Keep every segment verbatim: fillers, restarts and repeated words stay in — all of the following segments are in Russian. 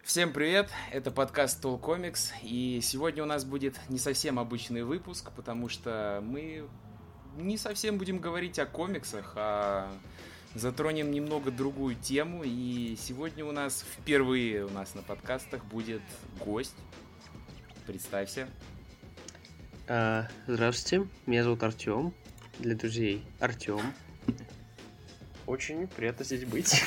Всем привет, это подкаст Tool Comics, и сегодня у нас будет не совсем обычный выпуск, потому что мы не совсем будем говорить о комиксах, а затронем немного другую тему, и сегодня у нас впервые у нас на подкастах будет гость. Представься. А, здравствуйте, меня зовут Артем, для друзей Артем. Очень приятно здесь быть.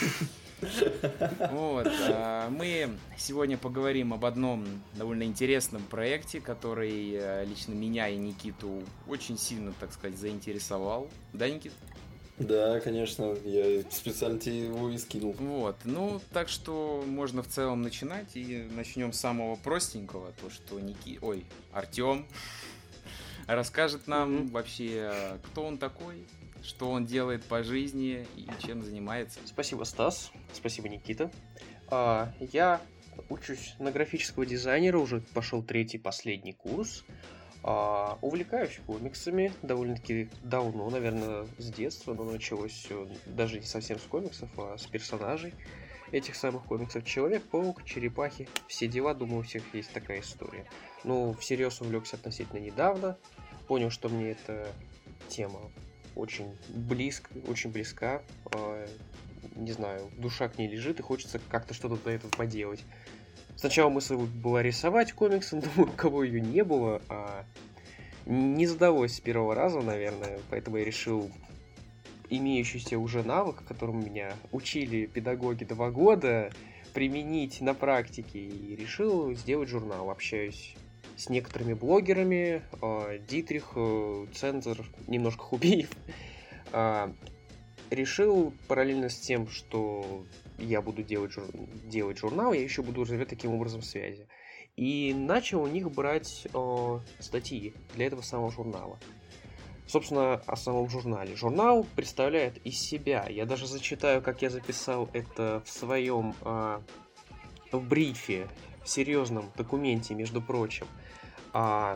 Вот, а, мы сегодня поговорим об одном довольно интересном проекте, который а, лично меня и Никиту очень сильно, так сказать, заинтересовал. Да, Никит? Да, конечно, я специально тебе его и скинул. Вот, ну, так что можно в целом начинать, и начнем с самого простенького, то, что Ники... Ой, Артем расскажет нам mm-hmm. вообще, кто он такой, что он делает по жизни и чем занимается. Спасибо, Стас. Спасибо, Никита. А, я учусь на графического дизайнера, уже пошел третий, последний курс. А, увлекаюсь комиксами довольно-таки давно, наверное, с детства, но началось все даже не совсем с комиксов, а с персонажей этих самых комиксов. Человек-паук, черепахи, все дела, думаю, у всех есть такая история. Но всерьез увлекся относительно недавно, понял, что мне эта тема очень близко, очень близка, э, не знаю, душа к ней лежит и хочется как-то что-то для этого поделать. Сначала мысль была рисовать комиксы, думаю, у кого ее не было, а не задалось с первого раза, наверное, поэтому я решил имеющийся уже навык, которым меня учили педагоги два года, применить на практике и решил сделать журнал. Общаюсь с некоторыми блогерами, э, Дитрих, э, Цензор, немножко Хубиев. Э, решил параллельно с тем, что я буду делать, жур... делать журнал, я еще буду развивать таким образом связи. И начал у них брать э, статьи для этого самого журнала. Собственно, о самом журнале. Журнал представляет из себя, я даже зачитаю, как я записал это в своем э, в брифе, в серьезном документе, между прочим. А...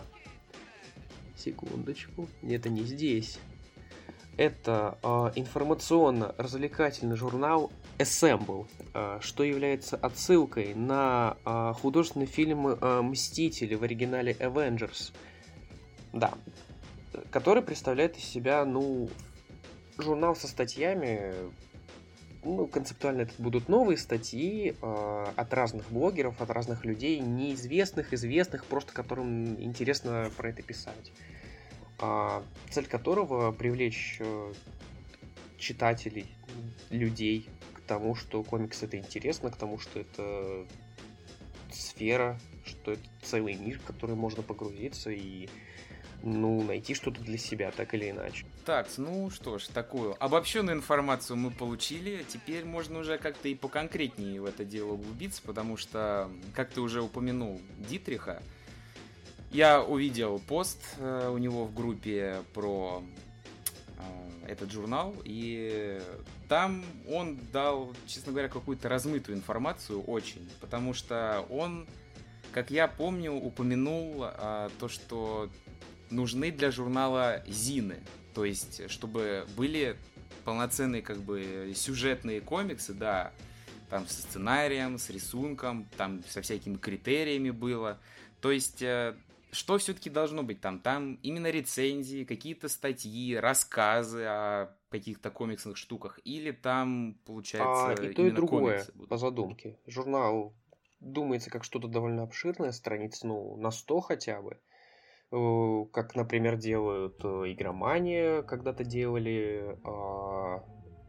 Секундочку. Это не здесь. Это а, информационно-развлекательный журнал Assemble, а, что является отсылкой на а, художественный фильм а, «Мстители» в оригинале Avengers. Да. Который представляет из себя, ну, журнал со статьями. Ну, концептуально это будут новые статьи э, от разных блогеров, от разных людей, неизвестных, известных, просто которым интересно про это писать. Э, цель которого привлечь э, читателей, людей к тому, что комикс это интересно, к тому, что это сфера, что это целый мир, в который можно погрузиться и ну, найти что-то для себя, так или иначе. Так, ну что ж, такую обобщенную информацию мы получили. Теперь можно уже как-то и поконкретнее в это дело углубиться, потому что, как ты уже упомянул Дитриха, я увидел пост э, у него в группе про э, этот журнал, и там он дал, честно говоря, какую-то размытую информацию очень, потому что он, как я помню, упомянул э, то, что нужны для журнала зины, то есть, чтобы были полноценные, как бы, сюжетные комиксы, да, там со сценарием, с рисунком, там со всякими критериями было, то есть, что все-таки должно быть там? Там именно рецензии, какие-то статьи, рассказы о каких-то комиксных штуках, или там, получается, а, и то, и другое, будут? по задумке. Журнал думается как что-то довольно обширное, страниц, ну, на сто хотя бы. Как, например, делают Игромания, когда-то делали а,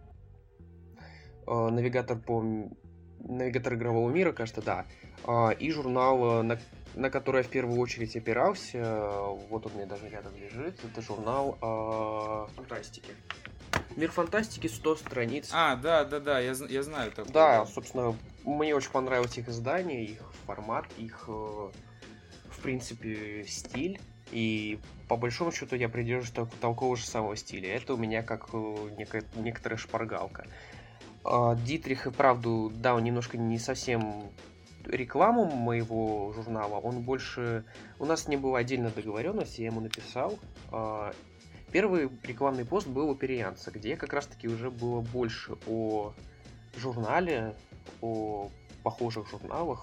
а, навигатор по навигатор игрового мира, кажется, да, а, и журнал, на, на который я в первую очередь опирался, вот он мне даже рядом лежит, это журнал а, фантастики. Мир фантастики, сто страниц. А, да, да, да, я, я знаю такое. Да, собственно, мне очень понравилось их издание, их формат, их, в принципе, стиль. И по большому счету я придерживаюсь такого же самого стиля. Это у меня как некая, некоторая шпаргалка. Дитрих и правду дал немножко не совсем рекламу моего журнала. Он больше... У нас не было отдельной договоренности, я ему написал. Первый рекламный пост был у Перианца, где как раз-таки уже было больше о журнале, о похожих журналах,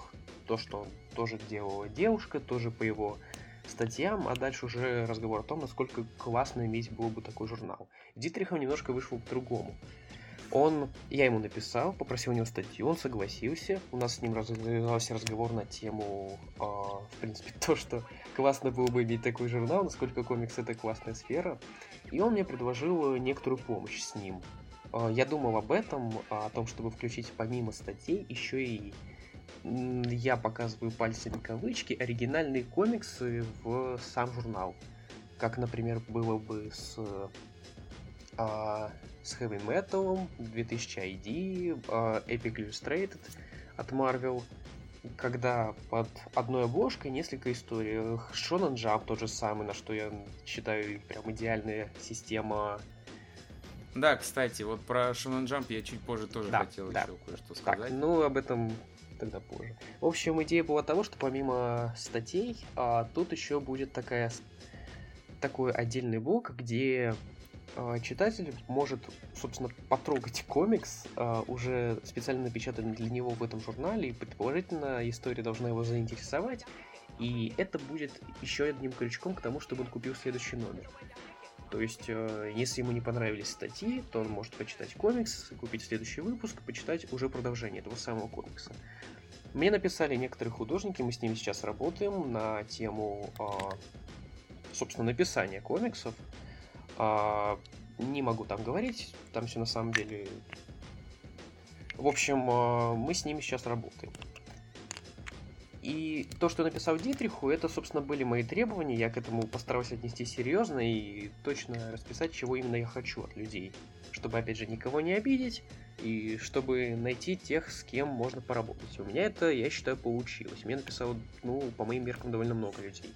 то, что он тоже делала девушка, тоже по его статьям, а дальше уже разговор о том, насколько классно иметь было бы такой журнал. С Дитрихом немножко вышло по-другому. Он, я ему написал, попросил у него статью, он согласился. У нас с ним развивался разговор на тему, э, в принципе, то, что классно было бы иметь такой журнал, насколько комикс — это классная сфера. И он мне предложил некоторую помощь с ним. Э, я думал об этом, о том, чтобы включить помимо статей еще и, я показываю пальцами кавычки, оригинальные комиксы в сам журнал. Как, например, было бы с... Э, с Heavy Metal, две тысячи ай ди, Epic Illustrated от Marvel, когда под одной обложкой несколько историй. Shonen Jump тот же самый, на что я считаю прям идеальная система. Да, кстати, вот про Shonen Jump я чуть позже тоже да, хотел да. еще кое-что сказать. Так, ну, об этом тогда позже. В общем, идея была того, что помимо статей, а, тут еще будет такая, такой отдельный блок, где читатель может, собственно, потрогать комикс, уже специально напечатанный для него в этом журнале, и предположительно история должна его заинтересовать, и это будет еще одним крючком к тому, чтобы он купил следующий номер. То есть, если ему не понравились статьи, то он может почитать комикс, купить следующий выпуск, почитать уже продолжение этого самого комикса. Мне написали некоторые художники, мы с ними сейчас работаем на тему, собственно, написания комиксов. А, не могу там говорить, там все на самом деле... В общем, мы с ними сейчас работаем. И то, что написал Дитриху, это, собственно, были мои требования. Я к этому постарался отнести серьезно и точно расписать, чего именно я хочу от людей. Чтобы, опять же, никого не обидеть, и чтобы найти тех, с кем можно поработать. У меня это, я считаю, получилось. Мне написало, ну, по моим меркам, довольно много людей.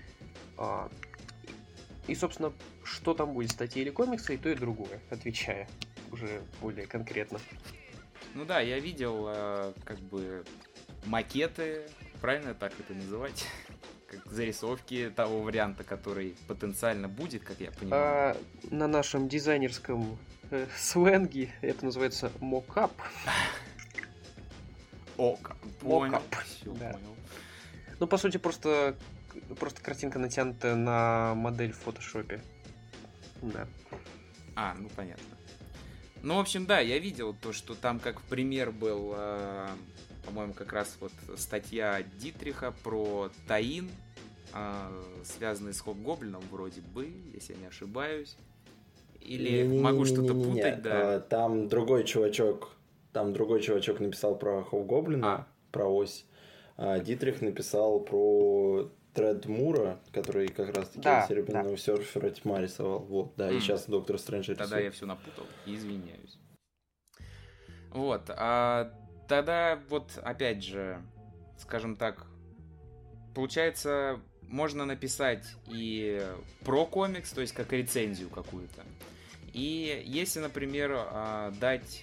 И, собственно, что там будет, статьи или комиксы, и то, и другое, отвечая уже более конкретно. Ну да, я видел, э, как бы, макеты, правильно так это называть? Как зарисовки того варианта, который потенциально будет, как я понимаю. А, на нашем дизайнерском э, сленге это называется мокап. О, понял. Все, да. Понял. Ну, по сути, просто... Просто картинка натянутая на модель в фотошопе. Да. А, ну понятно. Ну, в общем, да, я видел то, что там как пример был, э, по-моему, как раз вот статья Дитриха про Таин, э, связанный с Хоб-Гоблином, вроде бы, если я не ошибаюсь. Или не, не, могу не, что-то не, не, путать, не. да. А, там другой чувачок, там другой чувачок написал про Хоб-Гоблина, а. про ось. А Дитрих написал про Тред Мура, который как раз-таки да, Серебряного да. серфера тьма рисовал. Вот, да, mm. и сейчас Доктор Стрэндж рисует. Тогда я все напутал, извиняюсь. Вот, а тогда вот, опять же, скажем так, получается, можно написать и про комикс, то есть как рецензию какую-то. И если, например, дать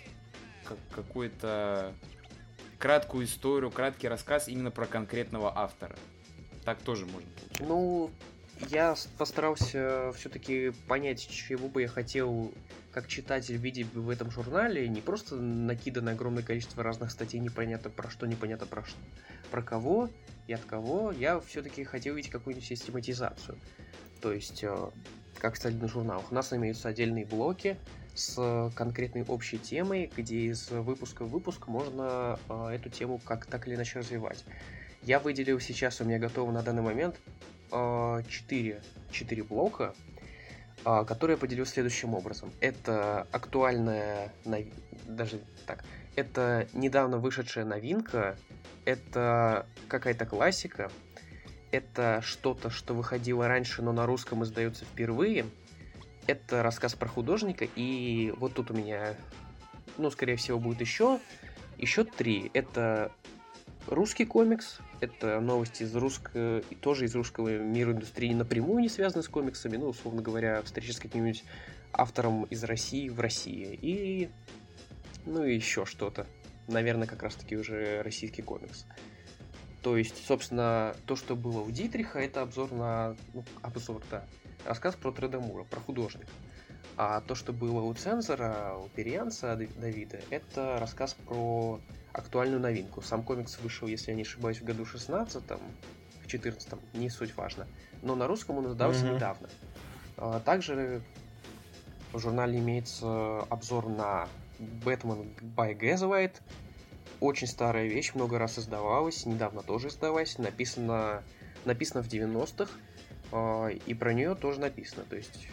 какую-то краткую историю, краткий рассказ именно про конкретного автора. Так тоже можно получить. Ну, я постарался все-таки понять, чего бы я хотел как читатель видеть в этом журнале. Не просто накидано огромное количество разных статей, непонятно про что, непонятно про что, про кого и от кого. Я все-таки хотел видеть какую-нибудь систематизацию. То есть, как стать на журналах. У нас имеются отдельные блоки с конкретной общей темой, где из выпуска в выпуск можно эту тему как так или иначе развивать. Я выделил сейчас, у меня готово на данный момент четыре блока, которые я поделил следующим образом. Это актуальная, даже так, это недавно вышедшая новинка, это какая-то классика, это что-то, что выходило раньше, но на русском издается впервые, это рассказ про художника, и вот тут у меня, ну, скорее всего, будет еще, еще три. Это русский комикс, это новости из русского, тоже из русского мира индустрии, напрямую не связаны с комиксами, ну, условно говоря, встреча с каким-нибудь автором из России в России. И, ну, и еще что-то. Наверное, как раз-таки уже российский комикс. То есть, собственно, то, что было у Дитриха, это обзор на... Ну, обзор, да. Рассказ про Треда Мура, про художника. А то, что было у Цензора, у Перианца Давида, это рассказ про актуальную новинку. Сам комикс вышел, если я не ошибаюсь, в году шестнадцатом, в четырнадцатом, не суть важно. Но на русском он издавался mm-hmm. недавно. Также в журнале имеется обзор на Batman by Gaslight. Очень старая вещь, много раз издавалась, недавно тоже издавалась, написано, написано в девяностых, и про нее тоже написано. То есть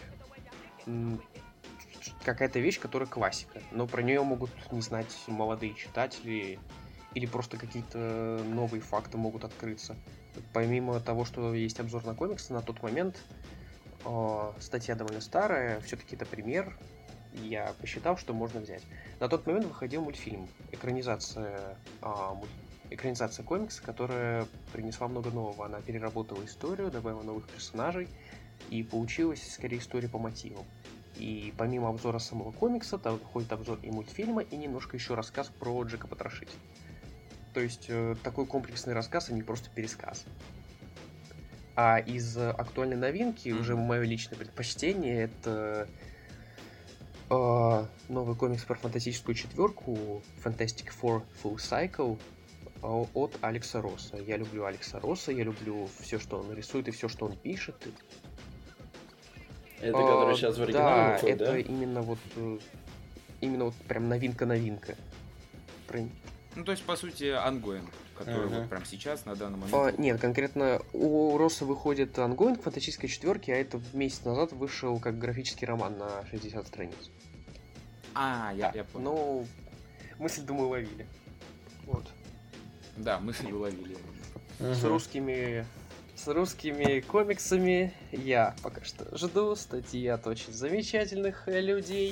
какая-то вещь, которая классика, но про нее могут не знать молодые читатели, или просто какие-то новые факты могут открыться. Помимо того, что есть обзор на комиксы, на тот момент э, статья довольно старая, все-таки это пример, я посчитал, что можно взять. На тот момент выходил мультфильм, экранизация, э, муль... экранизация комикса, которая принесла много нового. Она переработала историю, добавила новых персонажей, и получилась скорее история по мотивам. И помимо обзора самого комикса, там выходит обзор и мультфильма, и немножко еще рассказ про Джека Потрошителя. То есть э, такой комплексный рассказ, а не просто пересказ. А из актуальной новинки, mm-hmm. уже мое личное предпочтение, это э, новый комикс про фантастическую четверку Fantastic Four Full Cycle от Алекса Росса. Я люблю Алекса Росса, я люблю все, что он рисует и все, что он пишет. Это который сейчас в оригинале да, выходит, это да? именно вот именно вот прям новинка-новинка. Про... Ну, то есть, по сути, ongoing, который uh-huh. вот прям сейчас, на данный момент. А, нет, конкретно у Росса выходит ongoing фантастической четверки, а это месяц назад вышел как графический роман на шестьдесят страниц. А, я, да. я понял. Ну, мысль, думаю, ловили. Вот. Да, мысль уловили. Uh-huh. С русскими... С русскими комиксами я пока что жду статьи от очень замечательных людей.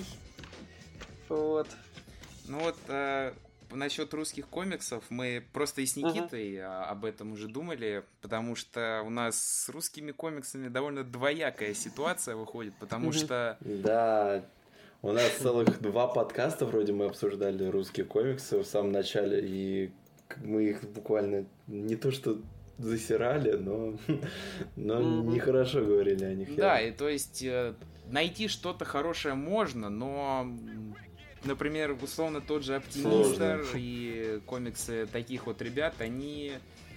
Вот. Ну вот, э, насчет русских комиксов мы просто и с Никитой uh-huh. об этом уже думали, потому что у нас с русскими комиксами довольно двоякая ситуация выходит, потому uh-huh. что... Да, у нас целых два подкаста вроде мы обсуждали русские комиксы в самом начале, и мы их буквально не то что... засирали, но, но mm-hmm. нехорошо говорили о них. Да, и то есть э, найти что-то хорошее можно, но, например, условно тот же Оптимистр и комиксы таких вот ребят, они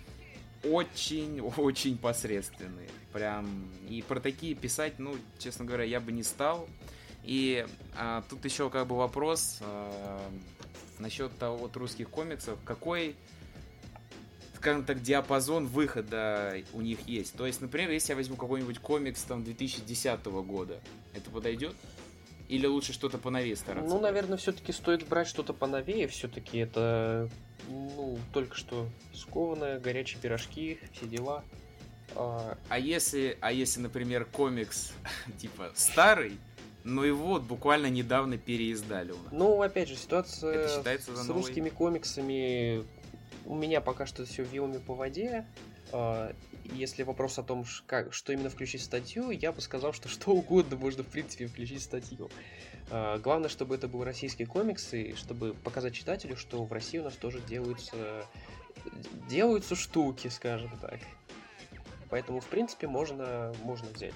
очень-очень посредственные. Прям. И про такие писать, ну, честно говоря, я бы не стал. И а, тут еще как бы вопрос а, насчет того вот русских комиксов, какой, скажем так, диапазон выхода у них есть. То есть, например, если я возьму какой-нибудь комикс там две тысячи десятого года, это подойдет? Или лучше что-то поновее стараться? Ну, наверное, все-таки стоит брать что-то поновее. Все-таки это, ну, только что скованное, горячие пирожки, все дела. А, а если, а если, например, комикс типа старый, но его вот буквально недавно переиздали у нас? Ну, опять же, ситуация с новый? русскими комиксами у меня пока что все вилами по воде. Если вопрос о том, как, что именно включить в статью, я бы сказал, что что угодно можно, в принципе, включить в статью. Главное, чтобы это был российский комикс, и чтобы показать читателю, что в России у нас тоже делаются, делаются штуки, скажем так. Поэтому, в принципе, можно, можно взять.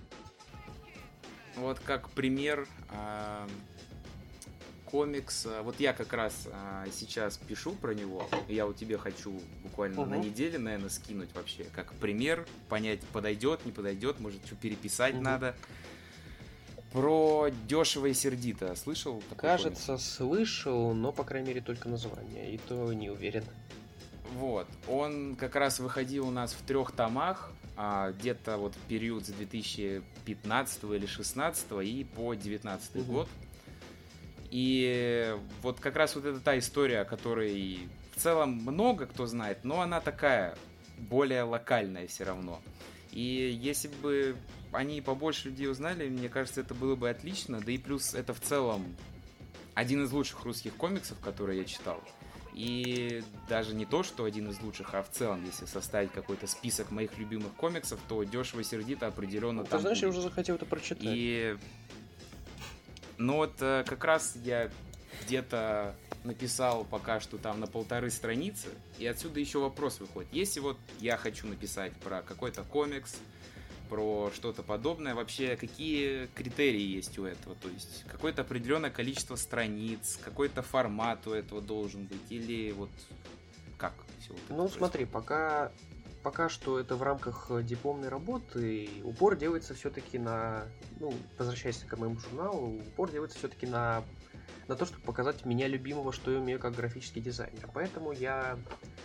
Вот как пример э, комикс. Вот я как раз э, сейчас пишу про него. Я вот тебе хочу буквально uh-huh. на неделе, наверное, скинуть вообще как пример, понять, подойдет, не подойдет, может, что переписать uh-huh. надо. Про «Дешево и сердито». Слышал? Кажется, комикс? Слышал, но, по крайней мере, только название. И то не уверен. Вот. Он как раз выходил у нас в трех томах. А, где-то вот в период с две тысячи пятнадцатого или шестнадцатого и по девятнадцатый uh-huh. год. И вот как раз вот это та история, о которой в целом много кто знает, но она такая, более локальная все равно. И если бы они побольше людей узнали, мне кажется, это было бы отлично. Да и плюс это в целом один из лучших русских комиксов, которые я читал. И даже не то, что один из лучших, а в целом, если составить какой-то список моих любимых комиксов, то «Дешево и сердито» определенно ну, там. Ты знаешь, будет. Я уже захотел это прочитать. И ну вот как раз я где-то написал пока что там на полторы страницы, и отсюда еще вопрос выходит. Если вот я хочу написать про какой-то комикс, про что-то подобное. Вообще, какие критерии есть у этого? То есть, какое-то определенное количество страниц, какой-то формат у этого должен быть? Или вот как все вот это Ну, смотри, пока, пока что это в рамках дипломной работы, упор делается все-таки на, ну, возвращаясь к моему журналу, упор делается все-таки на, на то, чтобы показать меня любимого, что я умею как графический дизайнер. Поэтому я,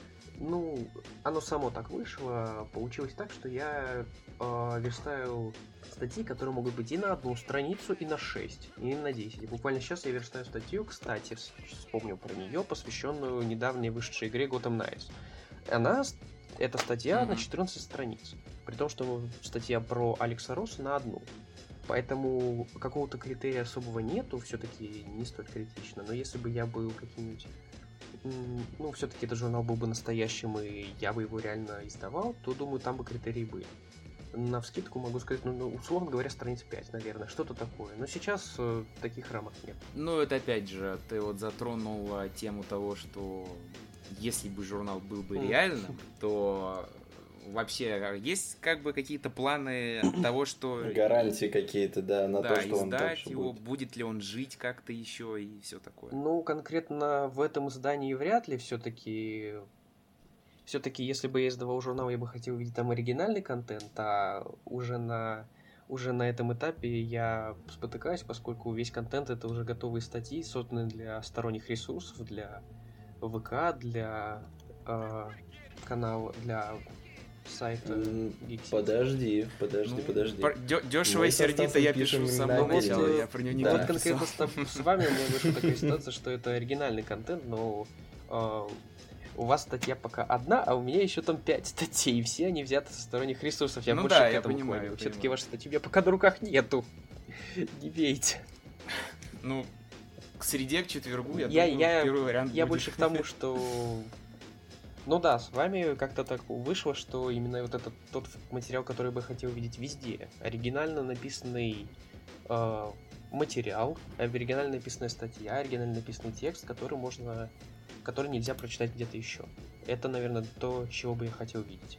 ну, оно само так вышло, получилось так, что я э, верстаю статьи, которые могут быть и на одну страницу, и на шесть, и на десять. И буквально сейчас я верстаю статью, кстати, вспомнил про нее, посвященную недавней вышедшей игре Gotham Knights. Она, эта статья mm-hmm. на четырнадцать страниц, при том, что статья про Алекса Росса на одну. Поэтому какого-то критерия особого нету, все-таки не столь критично. Но если бы я был каким-нибудь... Ну, все-таки этот журнал был бы настоящим, и я бы его реально издавал, то, думаю, там бы критерии были. Навскидку могу сказать, ну, условно говоря, страниц пять, наверное, что-то такое. Но сейчас э, таких рамок нет. Ну, это опять же, ты вот затронул тему того, что если бы журнал был бы реальным, то вообще есть как бы какие-то планы того, что... Гарантии какие-то, да, на да, то, что он издать его, будет. будет ли он жить как-то еще и все такое. Ну, конкретно в этом издании вряд ли все-таки... Все-таки, если бы я издавал журнал, я бы хотел видеть там оригинальный контент, а уже на, уже на этом этапе я спотыкаюсь, поскольку весь контент — это уже готовые статьи, созданные для сторонних ресурсов, для ВК, для э, канала, для сайта Geeksity. Подожди, подожди, ну, подожди. Дешево и сердито я пишу с самого начала, я про него не да, вот конкретно с, с вами у меня вышла такая ситуация, что это оригинальный контент, но... Э, у вас статья пока одна, а у меня еще там пять статей, и все они взяты со сторонних ресурсов. Я ну больше да, к этому я понимаю, клоню. я Все-таки понимаю. ваши статьи у меня пока на руках нету. Не бейте. Ну, к среде, к четвергу, я, я думаю, я, первый вариант Я будет. больше к тому, что... Ну да, с вами как-то так вышло, что именно вот этот тот материал, который бы хотел видеть везде. Оригинально написанный э, материал, оригинально написанная статья, оригинально написанный текст, который можно... который нельзя прочитать где-то еще. Это, наверное, то, чего бы я хотел видеть.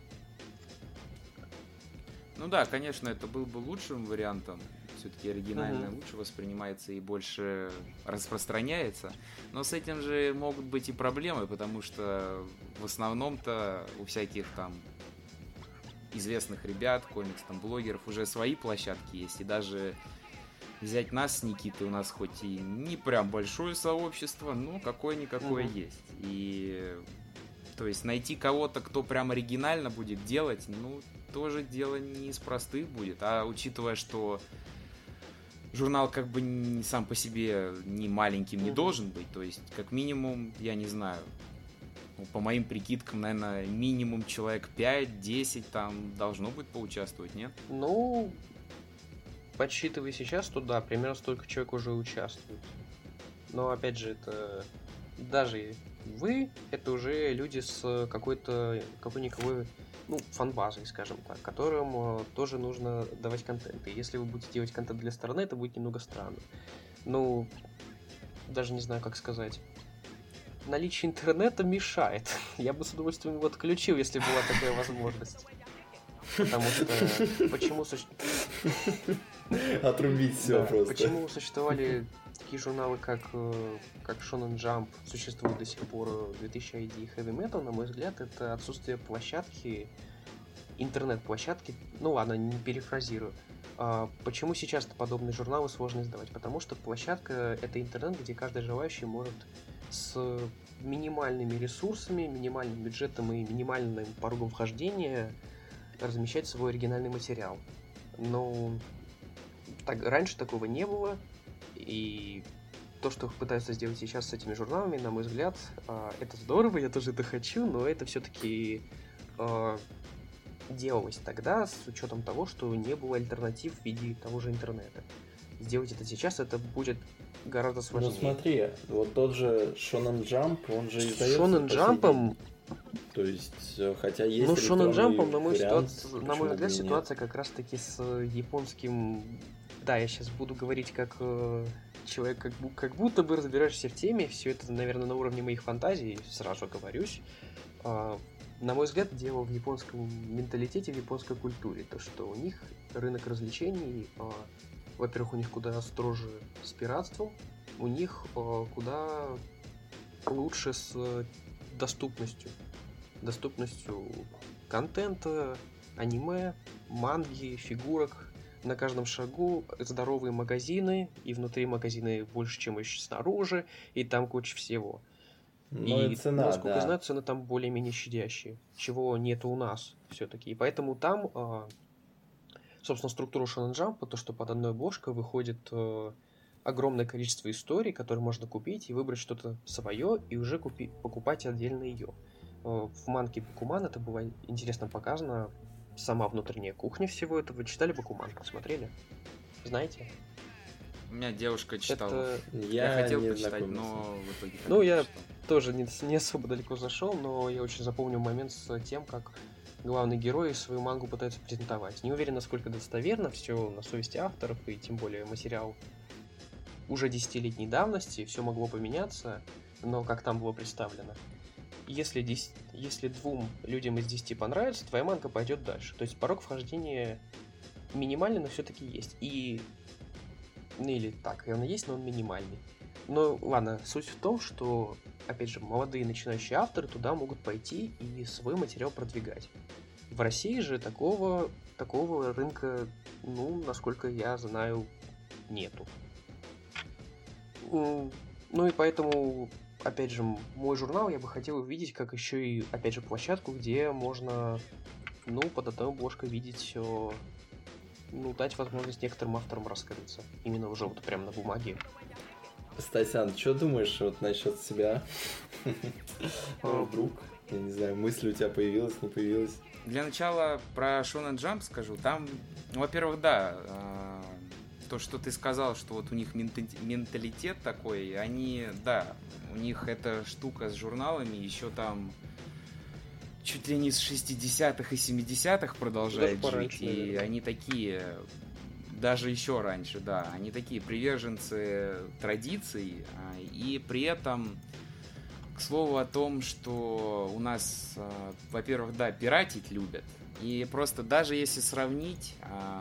Ну да, конечно, это был бы лучшим вариантом. Все-таки оригинальное uh-huh. лучше воспринимается и больше распространяется. Но с этим же могут быть и проблемы, потому что в основном-то у всяких там известных ребят, комикс, там, блогеров уже свои площадки есть. И даже взять нас с Никитой, у нас хоть и не прям большое сообщество, но какое-никакое uh-huh. есть. И то есть найти кого-то, кто прям оригинально будет делать, ну, тоже дело не из простых будет. А учитывая, что журнал как бы не, сам по себе не маленьким не uh-huh. должен быть, то есть как минимум, я не знаю, ну, по моим прикидкам, наверное, минимум человек пять-десять там должно будет поучаствовать, нет? Ну... Подсчитывая сейчас, то да, примерно столько человек уже участвует. Но опять же, это даже вы, это уже люди с какой-то какой-никакой, ну, фан-базой, скажем так, которым э, тоже нужно давать контент. И если вы будете делать контент для стороны, это будет немного странно. Ну, даже не знаю, как сказать. Наличие интернета мешает. Я бы с удовольствием его отключил, если была такая возможность. Потому что почему существует... Отрубить все да, просто. Почему существовали такие журналы, как, как Shonen Jump, существуют до сих пор две тысячи ай ди и Heavy Metal, на мой взгляд, это отсутствие площадки, интернет-площадки, ну ладно, не перефразирую. А почему сейчас подобные журналы сложно издавать? Потому что площадка — это интернет, где каждый желающий может с минимальными ресурсами, минимальным бюджетом и минимальным порогом вхождения размещать свой оригинальный материал. Но так, раньше такого не было, и то, что пытаются сделать сейчас с этими журналами, на мой взгляд, это здорово, я тоже это хочу, но это все-таки э, делалось тогда с учетом того, что не было альтернатив в виде того же интернета. Сделать это сейчас, это будет гораздо сложнее. Ну смотри, вот тот же Shonen Jump, он же издается... Shonen Jump'ом... То есть, хотя есть... Ну, Shonen Jump'ом, на мой, вариант, ситуация, на мой взгляд, ситуация как раз-таки с японским... Да, я сейчас буду говорить как э, человек, как, как будто бы разбираешься в теме. Все это, наверное, на уровне моих фантазий, сразу оговорюсь. Э, на мой взгляд, дело в японском менталитете, в японской культуре. То, что у них рынок развлечений, э, во-первых, у них куда строже с пиратством, у них э, куда лучше с доступностью. Доступностью контента, аниме, манги, фигурок. На каждом шагу здоровые магазины, и внутри магазины больше, чем еще снаружи, и там куча всего. Ну и, и цена, насколько да. я знаю, цены там более-менее щадящие, чего нет у нас все-таки. И поэтому там, собственно, структура Shonen Jump, то, что под одной обложкой выходит огромное количество историй, которые можно купить и выбрать что-то свое, и уже купи- покупать отдельно ее. В манге Бакуман это было интересно показано. Сама внутренняя кухня всего этого. Читали Бакуман? Смотрели? Знаете? У меня девушка читала. Это... Я, я хотел не почитать, но в итоге... Ну, я читал. Тоже не, не особо далеко зашел, но я очень запомнил момент с тем, как главный герой свою мангу пытается презентовать. Не уверен, насколько достоверно, все на совести авторов, и тем более материал уже десятилетней давности, все могло поменяться, но как там было представлено. Если, десять, если двум людям из десяти понравится, твоя манга пойдет дальше. То есть порог вхождения минимальный, но все-таки есть. И... Ну или так, он есть, но он минимальный. Но ладно, суть в том, что, опять же, молодые начинающие авторы туда могут пойти и свой материал продвигать. В России же такого, такого рынка, ну, насколько я знаю, нету. Ну и поэтому... Опять же, мой журнал я бы хотел увидеть, как еще и, опять же, площадку, где можно, ну, под одной обложкой видеть, ну, дать возможность некоторым авторам раскрыться. Именно уже вот прям на бумаге. Стасян, что думаешь вот насчет себя? Вдруг, я не знаю, мысль у тебя появилась, не появилась? Для начала про Shonen Jump скажу. Там, во-первых, да, то, что ты сказал, что вот у них менталитет такой, они, да, у них эта штука с журналами еще там чуть ли не с шестидесятых и семидесятых продолжает даже жить, и наверное. Они такие, даже еще раньше, да, они такие приверженцы традиций, и при этом, к слову о том, что у нас, во-первых, да, пиратить любят, и просто даже если сравнить...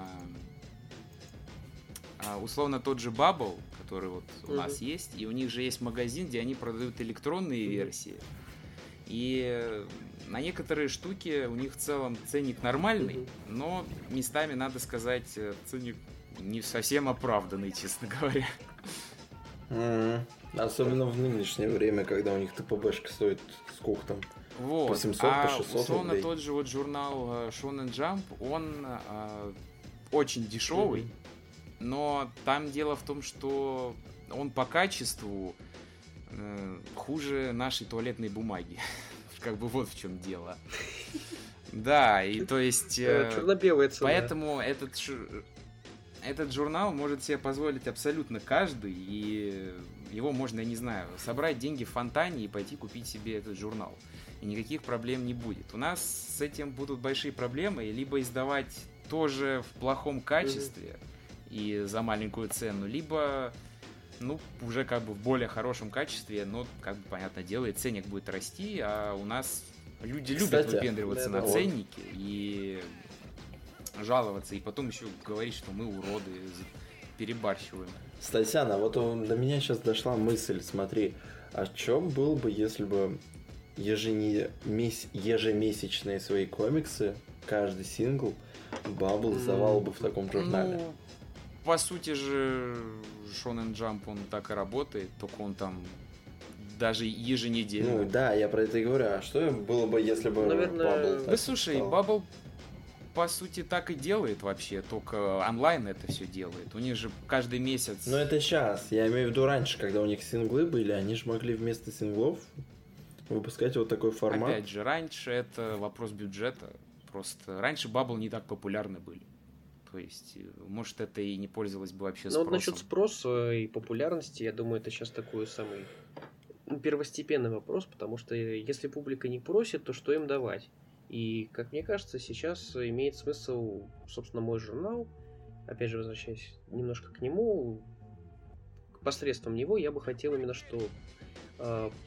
условно тот же Bubble, который вот у uh-huh. нас есть, и у них же есть магазин, где они продают электронные uh-huh. версии. И на некоторые штуки у них в целом ценник нормальный, uh-huh. но местами, надо сказать, ценник не совсем оправданный, честно говоря. Uh-huh. Особенно в нынешнее время, когда у них ТПБшка стоит сколько там? Вот. По семьсот, а по шестьсот условно рублей. Тот же вот журнал Shonen Jump, он э, очень дешевый, uh-huh. но там дело в том, что он по качеству э, хуже нашей туалетной бумаги. Как бы вот в чем дело. Да, и то есть... Э, черно-белая цена. Поэтому этот, этот журнал может себе позволить абсолютно каждый, и его можно, я не знаю, собрать деньги в фонтане и пойти купить себе этот журнал. И никаких проблем не будет. У нас с этим будут большие проблемы, либо издавать тоже в плохом качестве, mm-hmm. и за маленькую цену, либо, ну, уже как бы в более хорошем качестве, но, как бы, понятное дело, и ценник будет расти, а у нас люди Кстати, любят выпендриваться да, на ценники и жаловаться, и потом еще говорить, что мы уроды, перебарщиваем. Стасян, а вот до меня сейчас дошла мысль, смотри, о чем было бы, если бы ежене... ежемесячные свои комиксы, каждый сингл, Bubble издавал бы в таком журнале? Ну, по сути же, Shonen Jump, он так и работает, только он там даже еженедельно. Ну да, я про это и говорю. А что было бы, если бы Наверное... Bubble... Да слушай, Bubble по сути так и делает вообще, только онлайн это все делает. У них же каждый месяц... Ну это сейчас, я имею в виду раньше, когда у них синглы были, они же могли вместо синглов выпускать вот такой формат. Опять же, раньше это вопрос бюджета. Просто раньше Bubble не так популярны были. То есть, может, это и не пользовалось бы вообще спросом. Ну вот насчет спроса и популярности, я думаю, это сейчас такой самый первостепенный вопрос, потому что если публика не просит, то что им давать? И, как мне кажется, сейчас имеет смысл, собственно, мой журнал, опять же, возвращаясь немножко к нему, посредством него я бы хотел именно что э,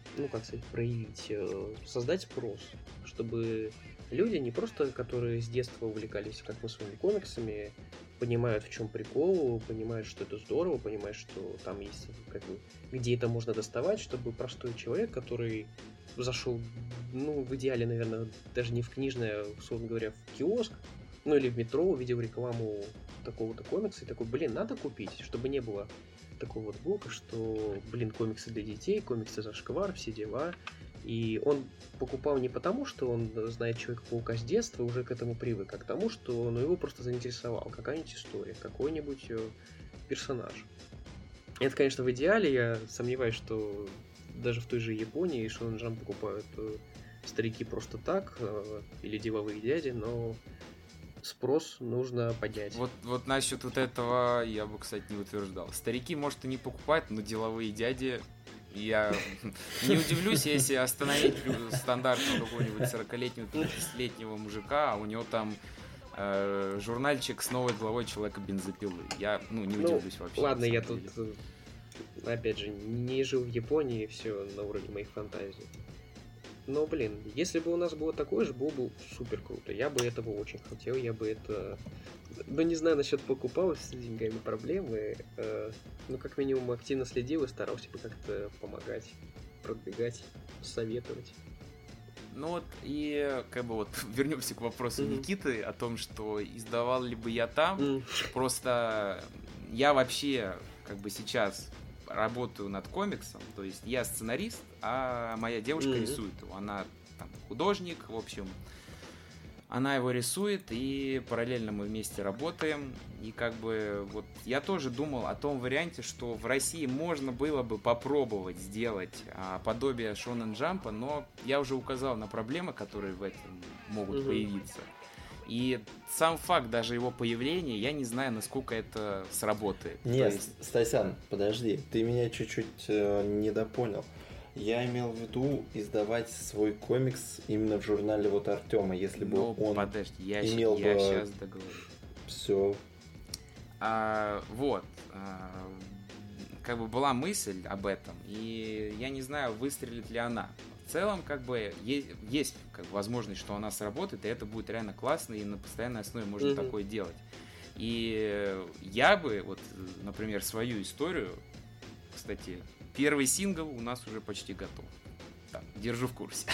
ну, как сказать, проявить, создать спрос, чтобы люди, не просто, которые с детства увлекались, как мы, своими комиксами, понимают, в чем прикол, понимают, что это здорово, понимают, что там есть, как бы, где это можно доставать, чтобы простой человек, который зашел, ну, в идеале, наверное, даже не в книжное, условно говоря, в киоск, ну, или в метро, увидел рекламу такого-то комикса, и такой, блин, надо купить, чтобы не было такого вот блока, что, блин, комиксы для детей, комиксы зашквар, все дела. И он покупал не потому, что он знает Человека-паука с детства, уже к этому привык, а к тому, что ну, его просто заинтересовал какая-нибудь история, какой-нибудь персонаж. Это, конечно, в идеале, я сомневаюсь, что даже в той же Японии Shonen Jump покупают старики просто так, или деловые дяди, но спрос нужно поднять. Вот, вот насчет вот этого я бы, кстати, не утверждал. Старики, может, и не покупают, но деловые дяди... Я не удивлюсь, если остановить стандартного какого-нибудь сорокалетнего, пятидесятилетнего мужика, а у него там э, журнальчик с новой главой Человека-бензопилы. Я, ну, не удивлюсь ну, вообще. Ладно, я деле. тут, опять же, не жил в Японии, все на уровне моих фантазий. Но, блин, если бы у нас было такое же, было бы супер круто. Я бы этого очень хотел, я бы это... Ну, не знаю, насчет покупал, с деньгами проблемы. Э, ну, как минимум, активно следил и старался бы как-то помогать, продвигать, советовать. Ну вот, и как бы вот вернемся к вопросу mm-hmm. Никиты о том, что издавал ли бы я там. Mm. Просто я вообще как бы сейчас работаю над комиксом, то есть я сценарист, а моя девушка mm-hmm. рисует его. Она там художник, в общем... Она его рисует, и параллельно мы вместе работаем. И как бы вот я тоже думал о том варианте, что в России можно было бы попробовать сделать а, подобие Shonen Jump, но я уже указал на проблемы, которые в этом могут угу. появиться. И сам факт даже его появления, я не знаю, насколько это сработает. Нет, есть... Стасян, подожди, ты меня чуть-чуть э, недопонял. Я имел в виду издавать свой комикс именно в журнале вот Артема, если бы ну, он подожди, я имел щ... я бы... сейчас договорю. Все. А, вот. А, как бы была мысль об этом, и я не знаю, выстрелит ли она. В целом, как бы, есть, есть как бы, возможность, что она сработает, и это будет реально классно, и на постоянной основе можно mm-hmm. такое делать. И я бы, вот, например, свою историю, кстати... Первый сингл у нас уже почти готов. Так, держу в курсе.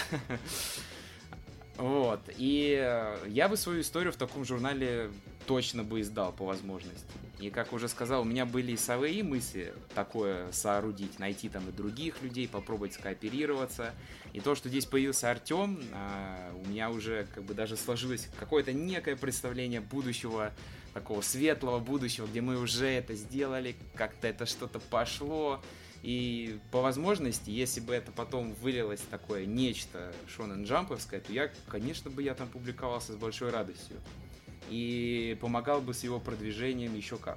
Вот. И я бы свою историю в таком журнале точно бы издал по возможности. И, как уже сказал, у меня были и свои мысли такое соорудить, найти там и других людей, попробовать скооперироваться. И то, что здесь появился Артем, у меня уже как бы даже сложилось какое-то некое представление будущего, такого светлого будущего, где мы уже это сделали, как-то это что-то пошло. И по возможности, если бы это потом вылилось такое нечто шонен-джамповское, то я, конечно бы, я там публиковался с большой радостью. И помогал бы с его продвижением еще как.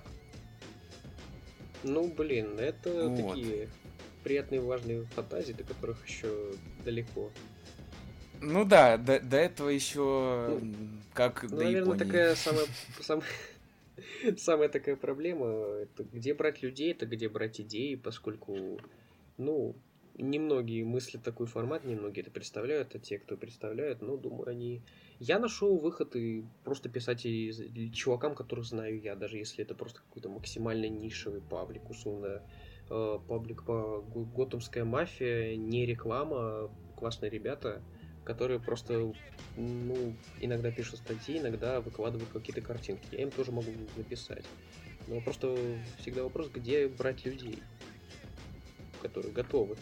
Ну, блин, это вот. Такие приятные, важные фантазии, до которых еще далеко. Ну да, до, до этого еще ну, как ну, до наверное, Японии. такая самая... самая... Самая такая проблема, это где брать людей, это где брать идеи, поскольку, ну, немногие мыслят такой формат, немногие это представляют, а те, кто представляют, ну, думаю, они... Я нашел выход и просто писать и чувакам, которых знаю я, даже если это просто какой-то максимально нишевый паблик, условно, э, паблик по Готэмская мафия, не реклама, классные ребята, которые просто, ну, иногда пишут статьи, иногда выкладывают какие-то картинки. Я им тоже могу написать. Но просто всегда вопрос, где брать людей, которые готовы.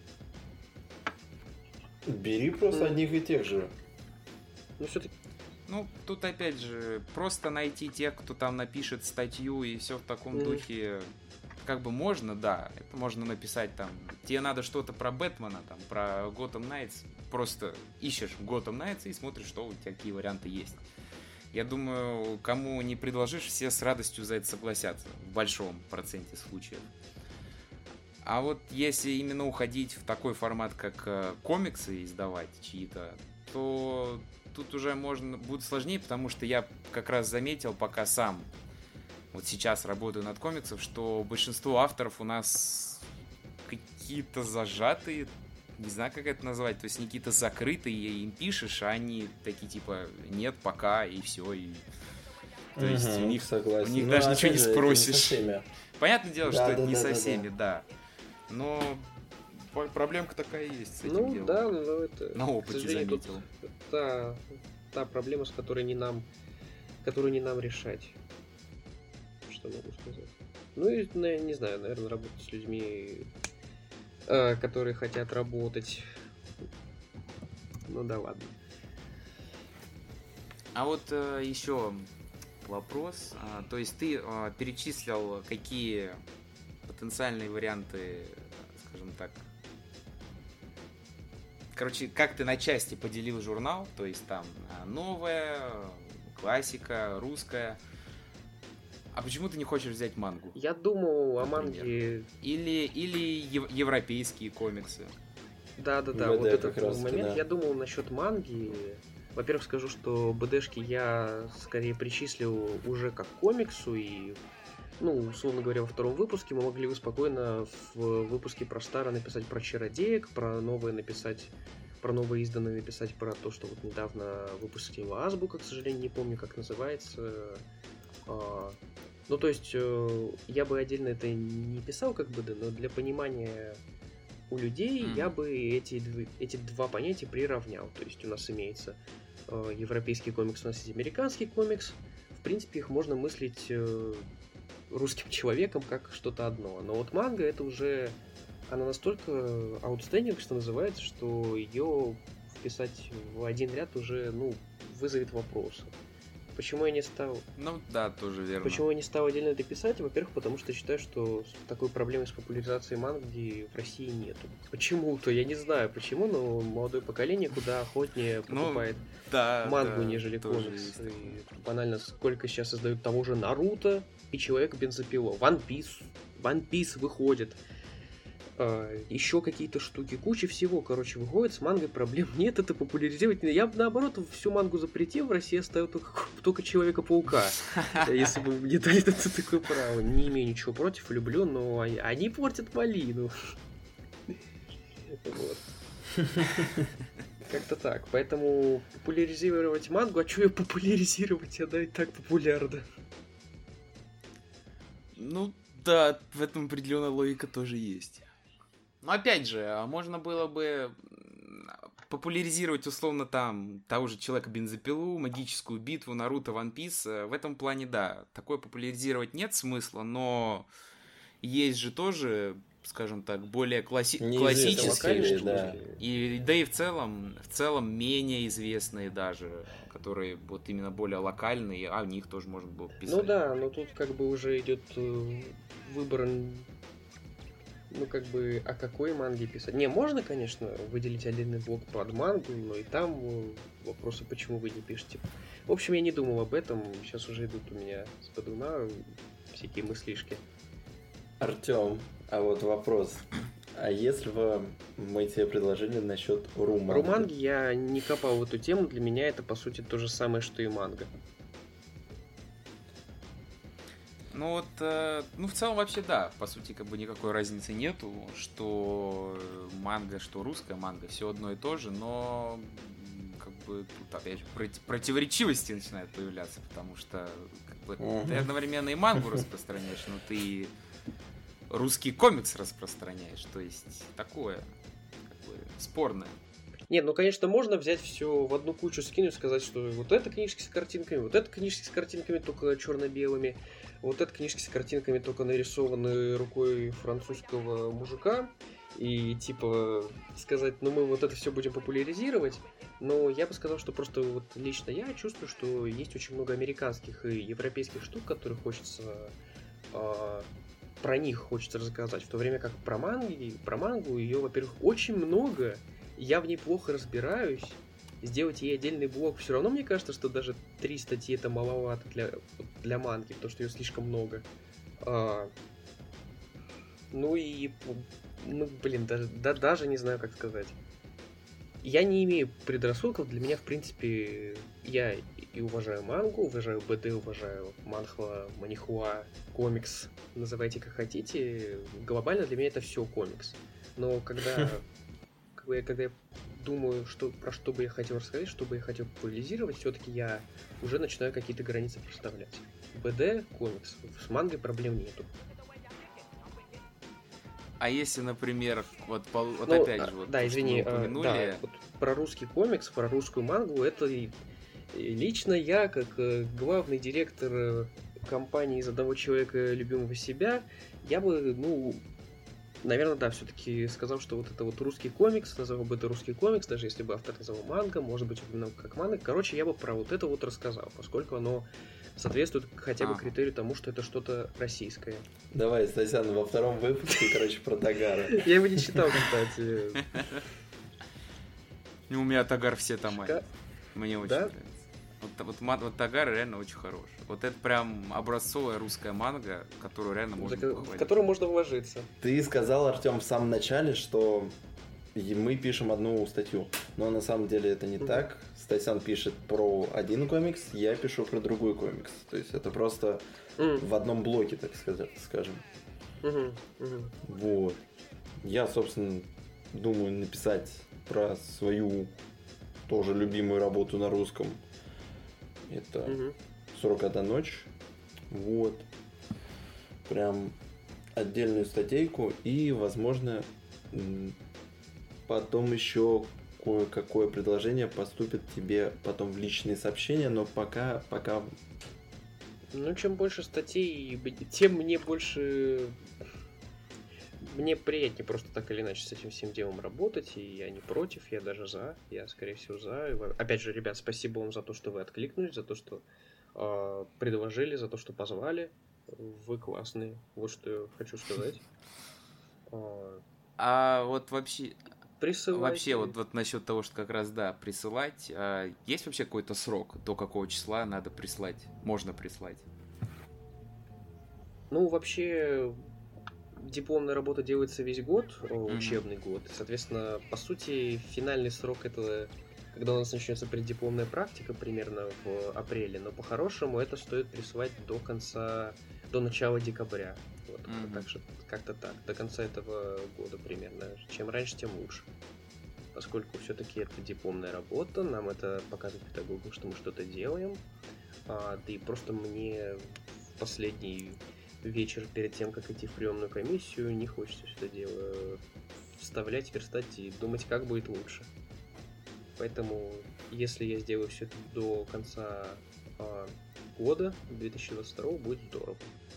Бери просто mm. одних и тех же. Ну, все-таки... Ну, тут опять же, просто найти тех, кто там напишет статью и все в таком mm. духе... Как бы можно, да, это можно написать там. Тебе надо что-то про Бэтмена, там, про Gotham Knights. Просто ищешь Gotham Knights и смотришь, что у тебя какие варианты есть. Я думаю, кому не предложишь, все с радостью за это согласятся. В большом проценте случаев. А вот если именно уходить в такой формат, как комиксы издавать чьи-то, то тут уже можно будет сложнее, потому что я как раз заметил, пока сам вот сейчас работаю над комиксом, что большинство авторов у нас какие-то зажатые, не знаю, как это назвать, то есть Никита закрытый, и им пишешь, а они такие, типа, нет, пока, и все, и... То есть угу, у них, согласен. у них ну, даже ничего не же, спросишь. Не Понятное дело, да, что да, это да, не да, со да, всеми, да. да. Но проблемка такая есть с этим ну, делом. да, но это... На опыте заметил. Та, та проблема, с которой не нам, которую не нам решать. Что могу сказать? Ну, и, не знаю, наверное, работать с людьми, которые хотят работать. Ну да ладно. А вот э, еще вопрос. А, то есть ты э, перечислил, какие потенциальные варианты, скажем так. Короче, как ты на части поделил журнал, то есть там новая, классика, русская. А почему ты не хочешь взять мангу? Я думал о манге... Или, или ев- европейские комиксы. Да-да-да, вот этот момент. Да. Я думал насчет манги. Во-первых, скажу, что БДшки я скорее причислил уже как к комиксу. И, ну, условно говоря, во втором выпуске мы могли бы спокойно в выпуске про старое написать про чародеек, про новое написать... Про новое изданное написать про то, что вот недавно выпустила Азбука, к сожалению, не помню, как называется... Ну, то есть, я бы отдельно это не писал, как бы, да, но для понимания у людей mm. я бы эти, эти два понятия приравнял. То есть, у нас имеется европейский комикс, у нас есть американский комикс. В принципе, их можно мыслить русским человеком как что-то одно. Но вот манга, это уже, она настолько outstanding, что называется, что ее вписать в один ряд уже, ну, вызовет вопросы. Почему я не стал... Ну да, тоже верно. Почему я не стал отдельно это писать? Во-первых, потому что считаю, что такой проблемы с популяризацией манги в России нету. Почему-то, я не знаю почему, но молодое поколение куда охотнее покупает ну, да, мангу, да, нежели комикс. И банально, сколько сейчас создают того же Наруто и Человека-бензопила. One Piece. One Piece выходит. Еще какие-то штуки, куча всего, короче, выходит, с мангой проблем нет, это популяризировать. Я бы, наоборот, всю мангу запретил, в России оставил только, только Человека-паука, если бы мне дали такое право. Не имею ничего против, люблю, но они портят малину. Вот. Как-то так, поэтому популяризировать мангу, а что ее популяризировать, она и так популярна. Ну, да, в этом определенная логика тоже есть. Но опять же, можно было бы популяризировать условно там того же Человека-бензопилу, магическую битву, Наруто, One Piece. В этом плане, да, такое популяризировать нет смысла, но есть же тоже, скажем так, более класси- классические, да. И, да и в целом, в целом менее известные даже, которые вот именно более локальные, а в них тоже можно было писать. Ну да, но тут как бы уже идет выбор... Ну, как бы, о какой манге писать? Не, можно, конечно, выделить отдельный блок под мангу, но и там вопросы, почему вы не пишете. В общем, я не думал об этом, сейчас уже идут у меня с подуна всякие мыслишки. Артём, а вот вопрос. А если бы мы тебе предложили насчет руманги? Руманги я не копал в эту тему, для меня это, по сути, то же самое, что и манга. Ну вот, э, ну в целом вообще да, по сути как бы никакой разницы нету, что манга, что русская манга, все одно и то же, но как бы тут опять же проти- противоречивости начинают появляться, потому что как бы, uh-huh. ты одновременно и мангу распространяешь, но ты и русский комикс распространяешь, то есть такое как бы спорное. Нет, ну, конечно, можно взять все в одну кучу, скинуть, сказать, что вот это книжки с картинками, вот это книжки с картинками только черно-белыми, вот это книжки с картинками только нарисованы рукой французского мужика, и типа сказать, ну мы вот это все будем популяризировать, но я бы сказал, что просто вот лично я чувствую, что есть очень много американских и европейских штук, которые хочется... Э- про них хочется рассказать, в то время как про манги, про мангу ее, во-первых, очень много, я в ней плохо разбираюсь, сделать ей отдельный блок, все равно мне кажется, что даже три статьи это маловато для, для манги, потому что ее слишком много. А, ну и, ну блин, даже, да, даже не знаю, как сказать. Я не имею предрассудков, для меня, в принципе, я и уважаю мангу, уважаю БД, уважаю манхва, манихуа, комикс, называйте как хотите. Глобально для меня это все комикс. Но когда... я, когда я думаю, что, про что бы я хотел рассказать, что бы я хотел популяризировать, все-таки я уже начинаю какие-то границы представлять. БД, комикс, с мангой проблем нету. А если, например, вот, вот ну, опять же, вот, да, то, извини, что мы упомянули... да, вот про русский комикс, про русскую мангу, это и, и лично я, как э, главный директор компании из одного человека, любимого себя, я бы, ну, наверное, да, все-таки сказал, что вот это вот русский комикс, назвал бы это русский комикс, даже если бы автор назвал манга, может быть, упомянул как манга. Короче, я бы про вот это вот рассказал, поскольку оно соответствует хотя бы а. критерию тому, что это что-то российское. Давай, Стасян, во втором выпуске, короче, про Тагара. Я его не читал, кстати. У меня Тагар все тома. Мне очень нравится. Вот, вот, вот Тагар реально очень хорош. Вот это прям образцовая русская манга, которую реально можно похвалить. В которую можно вложиться. Ты сказал, Артем, в самом начале, что мы пишем одну статью. Но на самом деле это не mm-hmm. так. Стасян пишет про один комикс, я пишу про другой комикс. То есть это просто mm. в одном блоке, так сказать, скажем. Mm-hmm. Mm-hmm. Вот. Я, собственно, думаю написать про свою тоже любимую работу на русском. Это mm-hmm. сорок одна ночь. Вот. Прям отдельную статейку. И, возможно, потом еще кое-какое предложение поступит тебе потом в личные сообщения, но пока, пока... Ну, чем больше статей, тем мне больше... Мне приятнее просто так или иначе с этим всем делом работать, и я не против, я даже за, я, скорее всего, за. Опять же, ребят, спасибо вам за то, что вы откликнулись, за то, что э, предложили, за то, что позвали. Вы классные, вот что я хочу сказать. А вот вообще... Присылайте. Вообще, вот, вот насчет того, что как раз, да, присылать, а, есть вообще какой-то срок, до какого числа надо прислать, можно прислать? Ну, вообще, дипломная работа делается весь год, mm-hmm. учебный год. Соответственно, по сути, финальный срок это когда у нас начнется преддипломная практика, примерно в апреле. Но по-хорошему это стоит присылать до конца, до начала декабря. Вот, mm-hmm. Так что как-то так, до конца этого года примерно. Чем раньше, тем лучше. Поскольку все-таки это дипломная работа, нам это показывает педагогам, что мы что-то делаем. А, да и просто мне в последний вечер перед тем, как идти в приемную комиссию, не хочется все это дело вставлять, верстать и думать, как будет лучше. Поэтому, если я сделаю все это до конца а, года, две тысячи двадцать второго, будет здорово.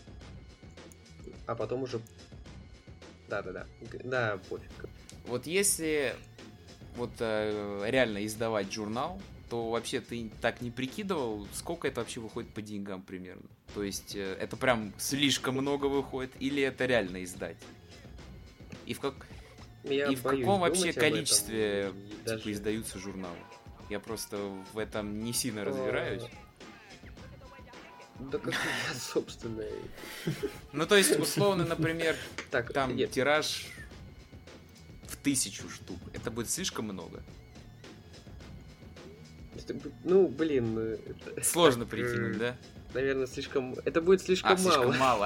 А потом уже... Да-да-да. Да, пофиг. Вот если вот э, реально издавать журнал, то вообще ты так не прикидывал, сколько это вообще выходит по деньгам примерно? То есть э, это прям слишком много выходит, или это реально издать? И в, как... Я И в каком вообще количестве типа, даже... издаются журналы? Я просто в этом не сильно разбираюсь. Да как я, собственно. Ну, то есть, условно, например, так, там нет. тираж в тысячу штук. Это будет слишком много? Ну, блин. Сложно прикинуть, да? Наверное, слишком... Это будет слишком а, мало. слишком мало.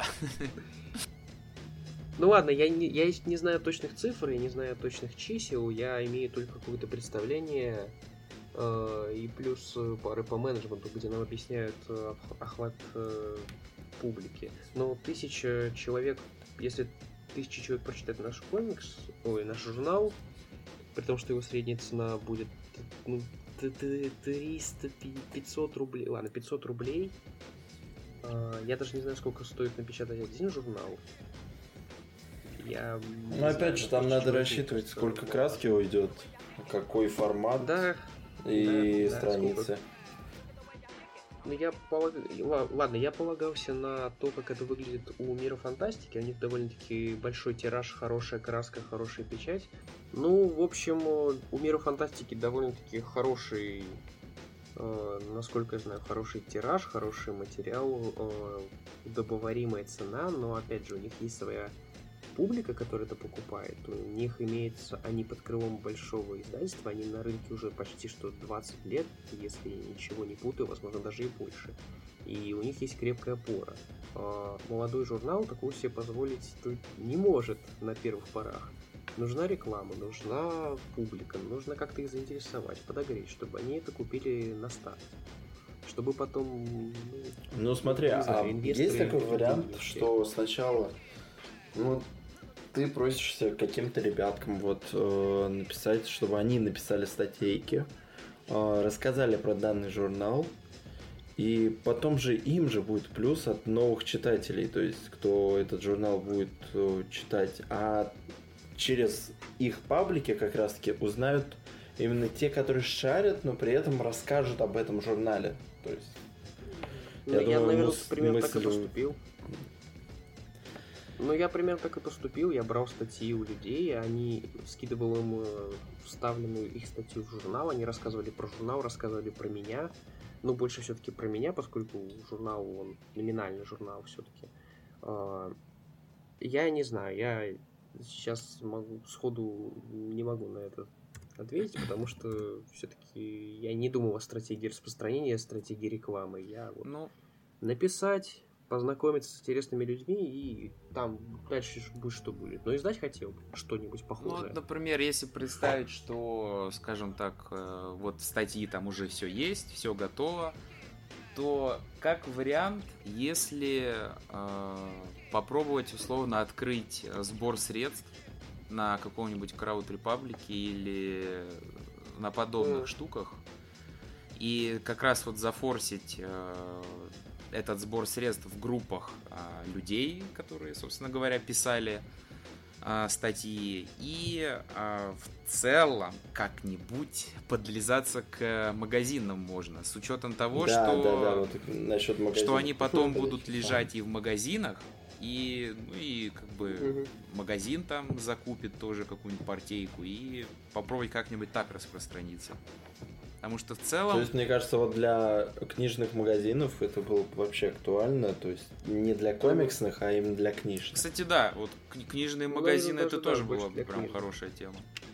Ну ладно, я не, я не знаю точных цифр, я не знаю точных чисел, я имею только какое-то представление э, и плюс пары по менеджменту, где нам объясняют э, охват э, публики. Но тысяча человек, если тысяча человек прочитает наш комикс, ой, наш журнал, при том, что его средняя цена будет ну, триста пятьсот рублей, ладно, пятьсот рублей, э, я даже не знаю, сколько стоит напечатать один журнал. Я ну, опять же, там надо рассчитывать, сколько краски уйдет, какой формат да, и да, страницы. Да, ну, я полаг... Ладно, я полагался на то, как это выглядит у Мира Фантастики. У них довольно-таки большой тираж, хорошая краска, хорошая печать. Ну, в общем, у Мира Фантастики довольно-таки хороший, э, насколько я знаю, хороший тираж, хороший материал, э, удобоваримая цена, но, опять же, у них есть своя публика, которая это покупает, у них имеется, они под крылом большого издательства, они на рынке уже почти что двадцать лет, если ничего не путаю, возможно, даже и больше. И у них есть крепкая опора. А молодой журнал такого себе позволить не может на первых порах. Нужна реклама, нужна публика, нужно как-то их заинтересовать, подогреть, чтобы они это купили на старт. Чтобы потом... Ну, ну смотри, а есть такой вариант, деньги, что сначала ну, ты просишься каким-то ребяткам вот э, написать, чтобы они написали статейки, э, рассказали про данный журнал, и потом же им же будет плюс от новых читателей, то есть кто этот журнал будет э, читать, а через их паблики как раз-таки узнают именно те, которые шарят, но при этом расскажут об этом журнале. То есть, ну, я, я думаю, наверное, мыс- примерно мысль... так и поступил. Ну, я примерно так и поступил. Я брал статьи у людей, они скидывал им вставленную их статью в журнал, они рассказывали про журнал, рассказывали про меня. Ну, больше все-таки про меня, поскольку журнал, он номинальный журнал все-таки. Я не знаю, я сейчас могу, сходу не могу на это ответить, потому что все-таки я не думал о стратегии распространения, о стратегии рекламы. Я вот ну... написать, познакомиться с интересными людьми, и там дальше будет что будет. Но издать хотел бы что-нибудь похожее. Ну, например, если представить, что, скажем так, вот статьи там уже все есть, все готово, то как вариант, если э, попробовать условно открыть сбор средств на каком-нибудь крауд-репаблике или на подобных mm. штуках, и как раз вот зафорсить э, этот сбор средств в группах э, людей, которые, собственно говоря, писали э, статьи, и э, в целом как-нибудь подлизаться к магазинам можно, с учетом того, да, что, да, да, вот насчет магазинов. Что они потом будут лежать и в магазинах, и, ну, и как бы угу. магазин там закупит тоже какую-нибудь партейку, и попробовать как-нибудь так распространиться. Потому что в целом... То есть, мне кажется, вот для книжных магазинов это было бы вообще актуально, то есть не для комиксных, а именно для книжных. Кстати, да, вот книжные магазины, ну, это тоже да, была бы прям книжных. Хорошая тема.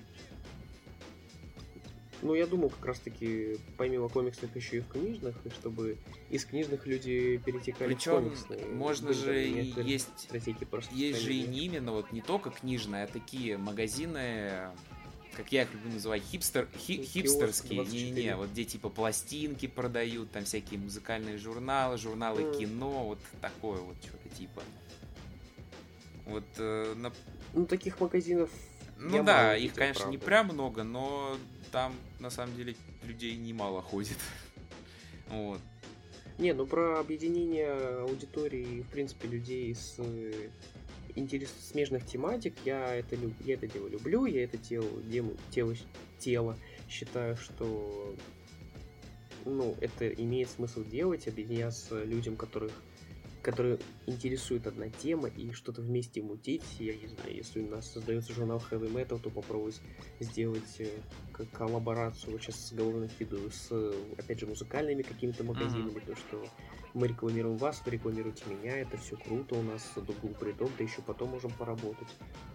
Ну, я думал, как раз-таки, помимо комиксных, еще и в книжных, и чтобы из книжных люди перетекали Причем в комиксные. можно Были, же и есть, есть же и не именно вот не только книжные, а такие магазины, как я их люблю называть, хипстер, хи, хипстерские, не-не-не, вот где типа пластинки продают, там всякие музыкальные журналы, журналы mm. кино, вот такое вот что-то типа. Вот, э, на... Ну, таких магазинов... Ну да, их, видел, конечно, правда. Не прям много, но там, на самом деле, людей немало ходит. Вот. Не, ну про объединение аудитории, в принципе, людей с интерес... смежных тематик, я это, люб... я это дело люблю, я это тело, тело... тело считаю, что ну, это имеет смысл делать, объединяться людям, которых которые интересует одна тема и что-то вместе мутить. Я не знаю, если у нас создается журнал Heavy Metal, то попробовать сделать коллаборацию, вот сейчас с головой накидываю, с, опять же, музыкальными какими-то магазинами, mm-hmm. то, что мы рекламируем вас, вы рекламируете меня, это все круто, у нас дугл притом, да еще потом можем поработать.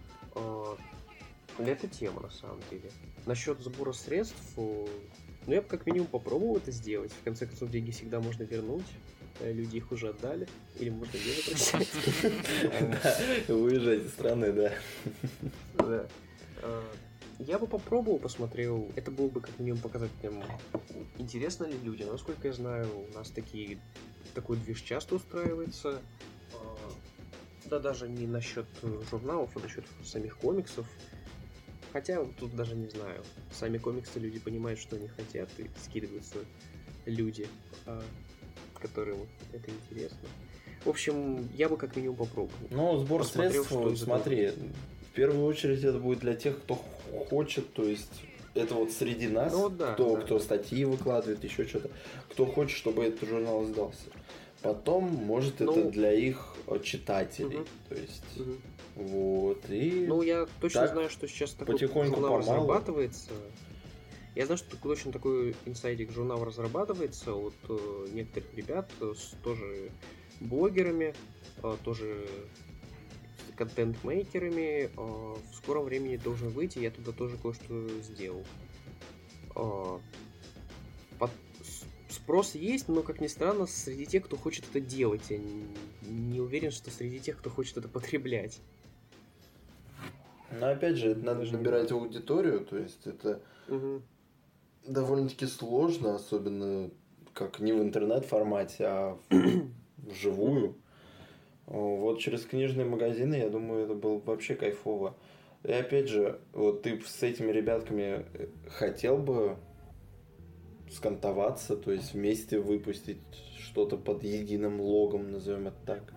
Это тема, на самом деле. Насчет сбора средств, ну, я бы как минимум попробовал это сделать. В конце концов, деньги всегда можно вернуть. Люди их уже отдали, или можно не возвращать. Уезжать из страны, да. Да. Я бы попробовал, посмотрел. Это было бы как минимум показать им, интересно ли людям. Насколько я знаю, у нас такие такой движ часто устраивается. Да даже не насчет журналов, а насчет самих комиксов. Хотя тут даже не знаю. Сами комиксы люди понимают, что они хотят, и скидываются люди, которым это интересно. В общем, я бы как минимум попробовал. Ну, сбор Посмотрел, средств, вот, смотри, в первую очередь это будет для тех, кто хочет, то есть это вот среди нас, ну, да, кто, да. кто статьи выкладывает, еще что-то, кто хочет, чтобы этот журнал издался. Потом, может, ну, это для их читателей, угу. то есть, угу. вот, и... Ну, я точно знаю, что сейчас такой журнал разрабатывается. Я знаю, что точно такой инсайдик журнал разрабатывается от э, некоторых ребят, э, с тоже блогерами, э, тоже контент-мейкерами. Э, в скором времени должен выйти, я туда тоже кое-что сделал. Э, под... Спрос есть, но, как ни странно, среди тех, кто хочет это делать. Я не, не уверен, что среди тех, кто хочет это потреблять. Но опять же, это надо набирать аудиторию, то есть это угу. довольно-таки сложно, особенно как не в интернет-формате, а вживую. Вот через книжные магазины, я думаю, это было вообще кайфово. И опять же, вот ты с этими ребятками хотел бы скантоваться, то есть вместе выпустить что-то под единым логом, назовем это так?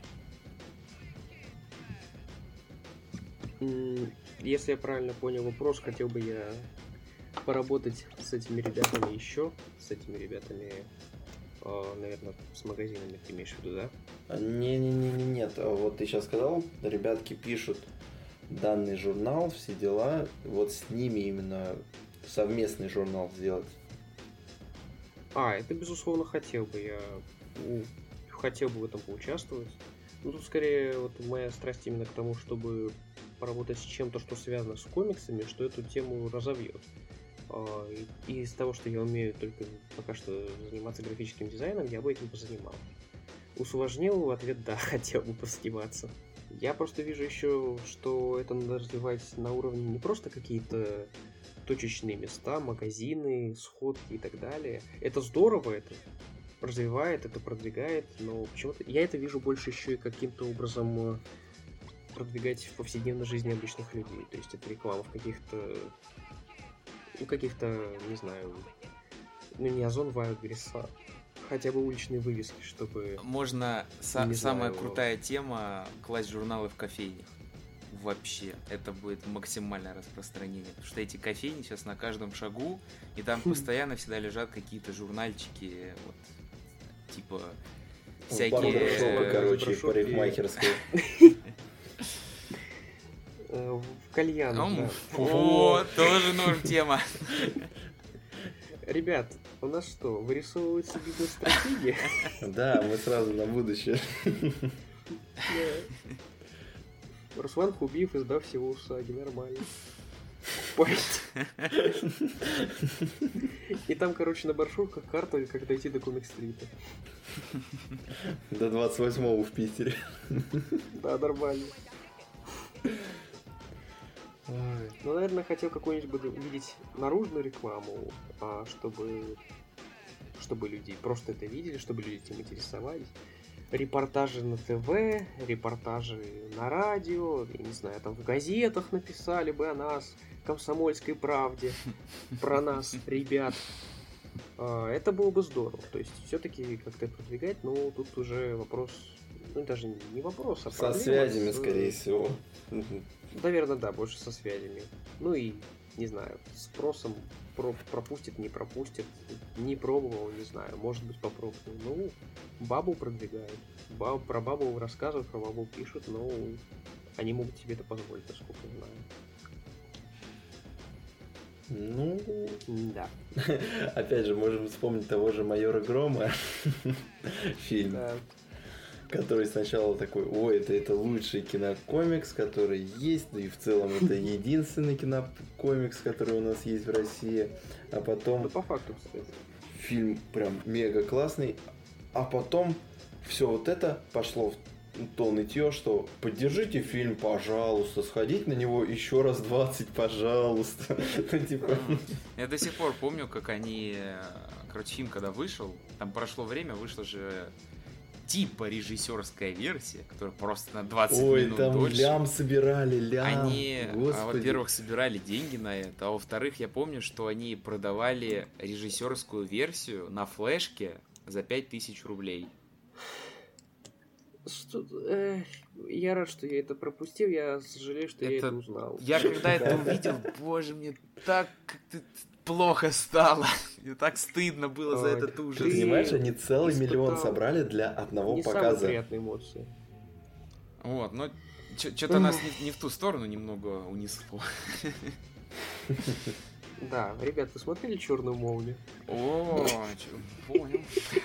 Если я правильно понял вопрос, хотел бы я поработать с этими ребятами еще, с этими ребятами, наверное, с магазинами ты имеешь в виду, да? Не-не-не, нет. Вот ты сейчас сказал, ребятки пишут данный журнал, все дела, вот с ними именно совместный журнал сделать. А, это безусловно хотел бы я, ну, хотел бы в этом поучаствовать. Ну, тут скорее вот моя страсть именно к тому, чтобы поработать с чем-то, что связано с комиксами, что эту тему разовьет. И из того, что я умею только пока что заниматься графическим дизайном, я бы этим позанимал. Усложнил ответ, да, хотел бы позаниматься. Я просто вижу еще, что это надо развивать на уровне не просто какие-то точечные места, магазины, сходки и так далее. Это здорово, это развивает, это продвигает, но почему-то я это вижу больше еще и каким-то образом продвигать в повседневной жизни обычных людей. То есть это реклама в каких-то, ну, каких-то, не знаю, ну, не Озон Вайлдберрис, а хотя бы уличные вывески, чтобы... Можно, са- самая знаю, крутая тема — класть журналы в кофейнях. Вообще, это будет максимальное распространение. Потому что эти кофейни сейчас на каждом шагу, и там постоянно всегда лежат какие-то журнальчики, вот, типа, всякие... Барбершопы, короче, парикмахерские. В кальян. О, тоже норм тема. Ребят, у нас что, вырисовывается бизнес-стратегия? Да, мы сразу на будущее. Руслан Хубиев, издав всего УСАГИ, нормально. Покупайте. И там, короче, на брошюрках карта, как дойти до комик-стрита. До двадцать восьмого в Питере. Да, нормально. Ну, наверное, хотел какую-нибудь видеть наружную рекламу, чтобы, чтобы люди просто это видели, чтобы люди этим интересовались. Репортажи на ТВ, репортажи на радио, я не знаю, там в газетах написали бы о нас, «Комсомольской правде», про нас, ребят. Это было бы здорово. То есть, все-таки как-то продвигать, но тут уже вопрос, ну, даже не вопрос, а проблема. Со связями, с... скорее всего. Наверное, да, больше со связями. Ну и, не знаю, спросом про- пропустит, не пропустит. Не пробовал, не знаю, может быть попробую. Ну, бабу продвигают. Баб, про бабу рассказывают, про бабу пишут, но они могут себе это позволить, насколько я знаю. Ну, да. Опять же, можем вспомнить того же «Майора Грома», фильм. Да. Который сначала такой, ой, это, это лучший кинокомикс, который есть, да и в целом это единственный кинокомикс, который у нас есть в России, а потом... Да по факту, кстати. Фильм прям мега классный, а потом все вот это пошло в то нытье, что поддержите фильм, пожалуйста, сходите на него еще раз двадцать, пожалуйста. Я до сих пор помню, как они... Короче, фильм когда вышел, там прошло время, вышло же... типа режиссерская версия, которая просто на двадцать Ой, минут там дольше. лям собирали, лям. Они, а, во-первых, собирали деньги на это, а во-вторых, я помню, что они продавали режиссерскую версию на флешке за пять тысяч рублей. Что, э, я рад, что я это пропустил, я сожалею, что это... я это узнал. Я когда это увидел, боже, мне так как-то плохо стало. Мне так стыдно было Ой, за этот ужас. Ты понимаешь, они целый миллион собрали для одного не показа. Не самые приятные эмоции. Вот, но что-то нас не, не в ту сторону немного унесло. Да, ребят, вы смотрели «Черную молнию»? О, понял.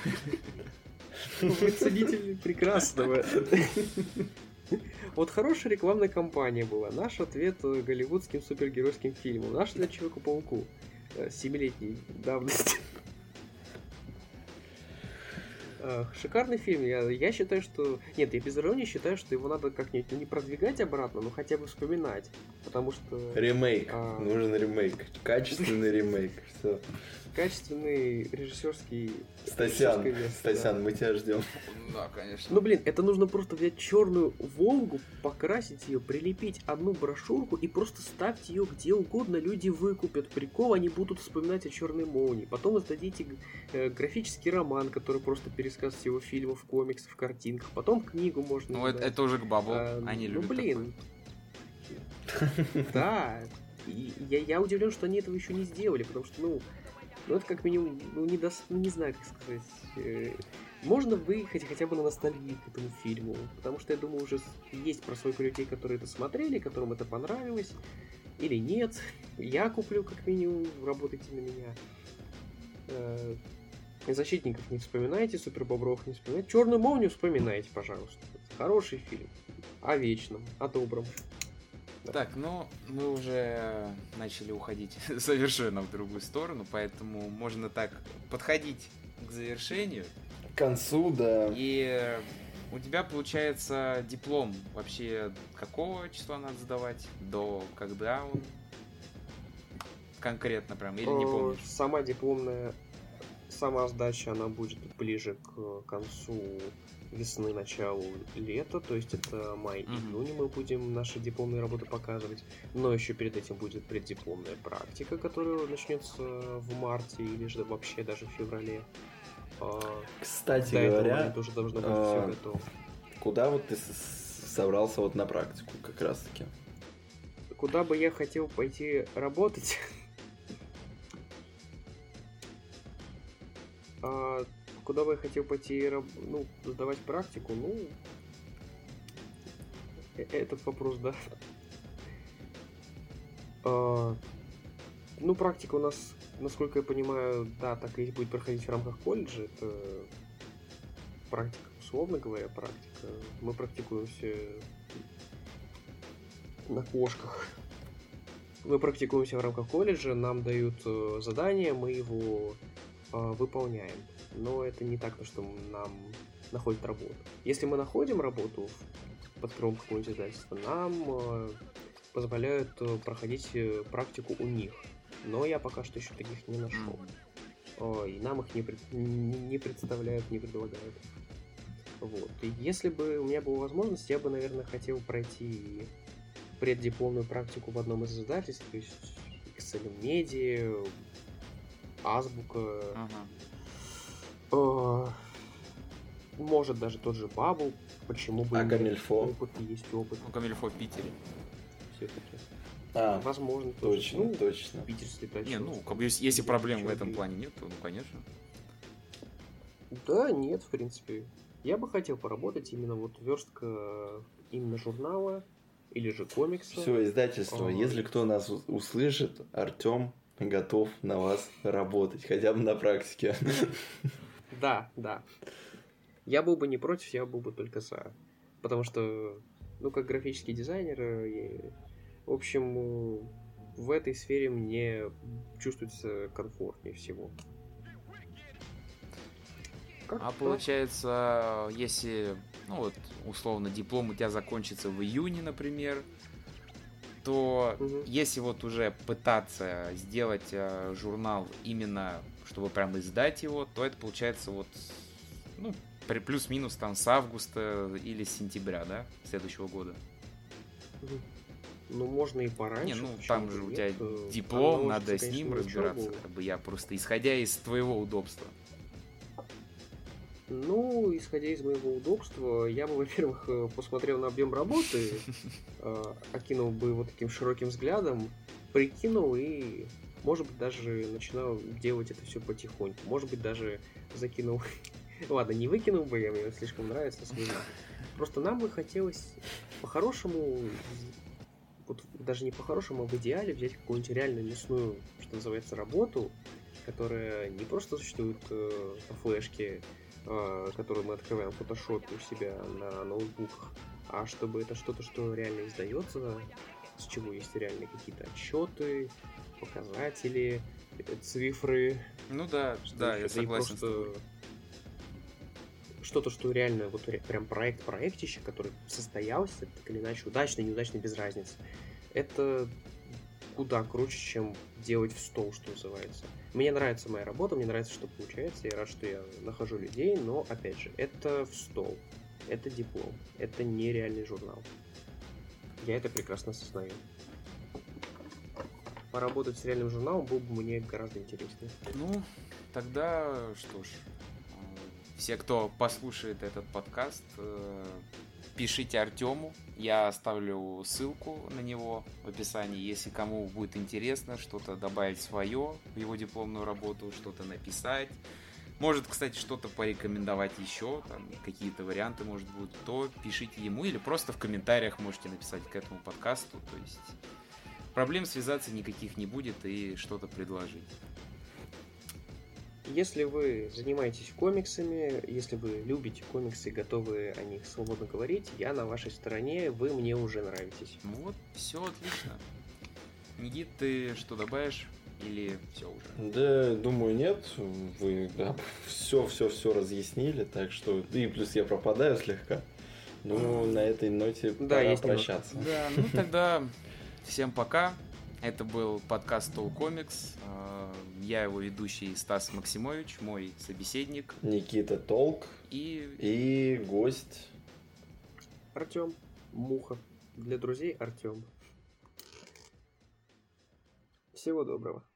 Вы ценители прекрасного. Вот хорошая рекламная кампания была. Наш ответ голливудским супергеройским фильмам. Наш для Человеку-пауку. Семилетней давности. Шикарный фильм. Я, я считаю, что... Нет, я без иронии считаю, что его надо как-нибудь не продвигать обратно, но хотя бы вспоминать. Потому что... Ремейк. А... Нужен ремейк. Качественный ремейк. Все. Качественный режиссерский... Стасян, Стасян, да. Мы тебя ждем. Да, конечно. Ну, блин, это нужно просто взять черную Волгу, покрасить ее, прилепить одну брошюрку и просто ставить ее где угодно. Люди выкупят прикол, они будут вспоминать о черной молнии. Потом издадите э, графический роман, который просто пересказ всего фильмов, комиксов, картинках. Потом книгу можно... Ну, это, это уже к бабу. А, они ну, любят блин. Да. Я удивлен, что они этого еще не сделали, потому что, ну... Ну, это как минимум, ну, не, дос... ну, не знаю, как сказать. Э, можно выехать хотя бы на ностальгию к этому фильму. Потому что, я думаю, уже есть прослойка людей, которые это смотрели, которым это понравилось. Или нет. Я куплю, как минимум, работайте на меня. Э, Защитников не вспоминайте, Супербобров не вспоминайте. Черную молнию вспоминайте, пожалуйста. Хороший фильм. О вечном, о добром. Так, ну, мы уже начали уходить совершенно в другую сторону, поэтому можно так подходить к завершению. К концу, да. И у тебя получается диплом вообще какого числа надо сдавать? До когда он? Конкретно прям, или не помнишь? Сама дипломная, сама сдача, она будет ближе к концу весны, началу лета, то есть это май-июнь mm-hmm. мы будем наши дипломные работы показывать, но еще перед этим будет преддипломная практика, которая начнется в марте или же вообще даже в феврале. Кстати До говоря, тоже должно быть а, все готово. Куда вот ты собрался вот на практику как раз таки? Куда бы я хотел пойти работать? а, Куда бы я хотел пойти, ну, сдавать практику, ну, этот вопрос, да. А, ну, практика у нас, насколько я понимаю, да, так и будет проходить в рамках колледжа. Это практика, условно говоря, практика. Мы практикуемся на кошках. Мы практикуемся в рамках колледжа, нам дают задание, мы его а, выполняем. Но это не так, что нам находят работу. Если мы находим работу под крылом какого-нибудь издательства, нам э, позволяют э, проходить э, практику у них. Но я пока что еще таких не нашел. О, и нам их не, пред... не, не представляют, не предлагают. Вот. И если бы у меня была возможность, я бы, наверное, хотел пройти преддипломную практику в одном из издательств, то есть Excel Media, Азбука. Ага. Может, даже тот же Бабл. Почему бы... А Камильфо? Опыт, есть опыт. Ну, Камильфо в Питере. Все-таки. А, возможно, точно, тоже. Ну, точно. Питер слетать. Не, ну, как бы, если, если проблем в этом плане нет, то, ну, конечно. Да, нет, в принципе. Я бы хотел поработать именно вот верстка именно журнала или же комикса. Все, издательство. А... Если кто нас услышит, Артём готов на вас работать, хотя бы на практике. Да, да. Я был бы не против, я был бы только за. Потому что, ну, как графический дизайнер, я... в общем, в этой сфере мне чувствуется комфортнее всего. Как а так? Получается, если, ну вот, условно, диплом у тебя закончится в июне, например, то угу. если вот уже пытаться сделать э, журнал именно, чтобы прям издать его, то это получается вот, ну, плюс-минус там с августа или с сентября, да, следующего года. Ну, можно и пораньше. Не, ну, там же у тебя нет, диплом, надо с ним разбираться. Как бы я просто, исходя из твоего удобства. Ну, исходя из моего удобства, я бы, во-первых, посмотрел на объем работы, окинул бы вот таким широким взглядом, прикинул и, может быть, даже начинал делать это все потихоньку. Может быть, даже закинул... Ладно, не выкинул бы я, мне слишком нравится смысл. Просто нам бы хотелось по-хорошему, вот даже не по-хорошему, а в идеале взять какую-нибудь реально лесную, что называется, работу, которая не просто существует э, по флешке, э, которую мы открываем в фотошопе у себя на ноутбуках, а чтобы это что-то, что реально издается, с чего есть реально какие-то отчеты, показатели, цифры. Ну да, да, я согласен просто... что-то, что реально вот прям проект-проектище, который состоялся, так или иначе, удачно, неудачно, без разницы. Это куда круче, чем делать в стол, что называется. Мне нравится моя работа, мне нравится, что получается, я рад, что я нахожу людей, но, опять же, это в стол, это диплом, это не реальный журнал. Я это прекрасно осознаю. Поработать с реальным журналом было бы мне гораздо интереснее. Ну, тогда, что ж, все, кто послушает этот подкаст, пишите Артему, я оставлю ссылку на него в описании, если кому будет интересно что-то добавить свое в его дипломную работу, что-то написать. Может, кстати, что-то порекомендовать еще, там какие-то варианты, может, будут, то пишите ему или просто в комментариях можете написать к этому подкасту. То есть проблем связаться никаких не будет и что-то предложить. Если вы занимаетесь комиксами, если вы любите комиксы и готовы о них свободно говорить, я на вашей стороне, вы мне уже нравитесь. Ну вот, все отлично. Никит, ты что добавишь? Или все уже? Да, думаю, нет. Вы да, все, все, все разъяснили, так что. И плюс я пропадаю слегка. Ну, на этой ноте да, пора прощаться. Да, ну тогда всем пока. Это был подкаст Talk Comics. Я его ведущий Стас Максимович, мой собеседник. Никита Толк. И... И гость. Артем Муха. Для друзей Артем. Всего доброго.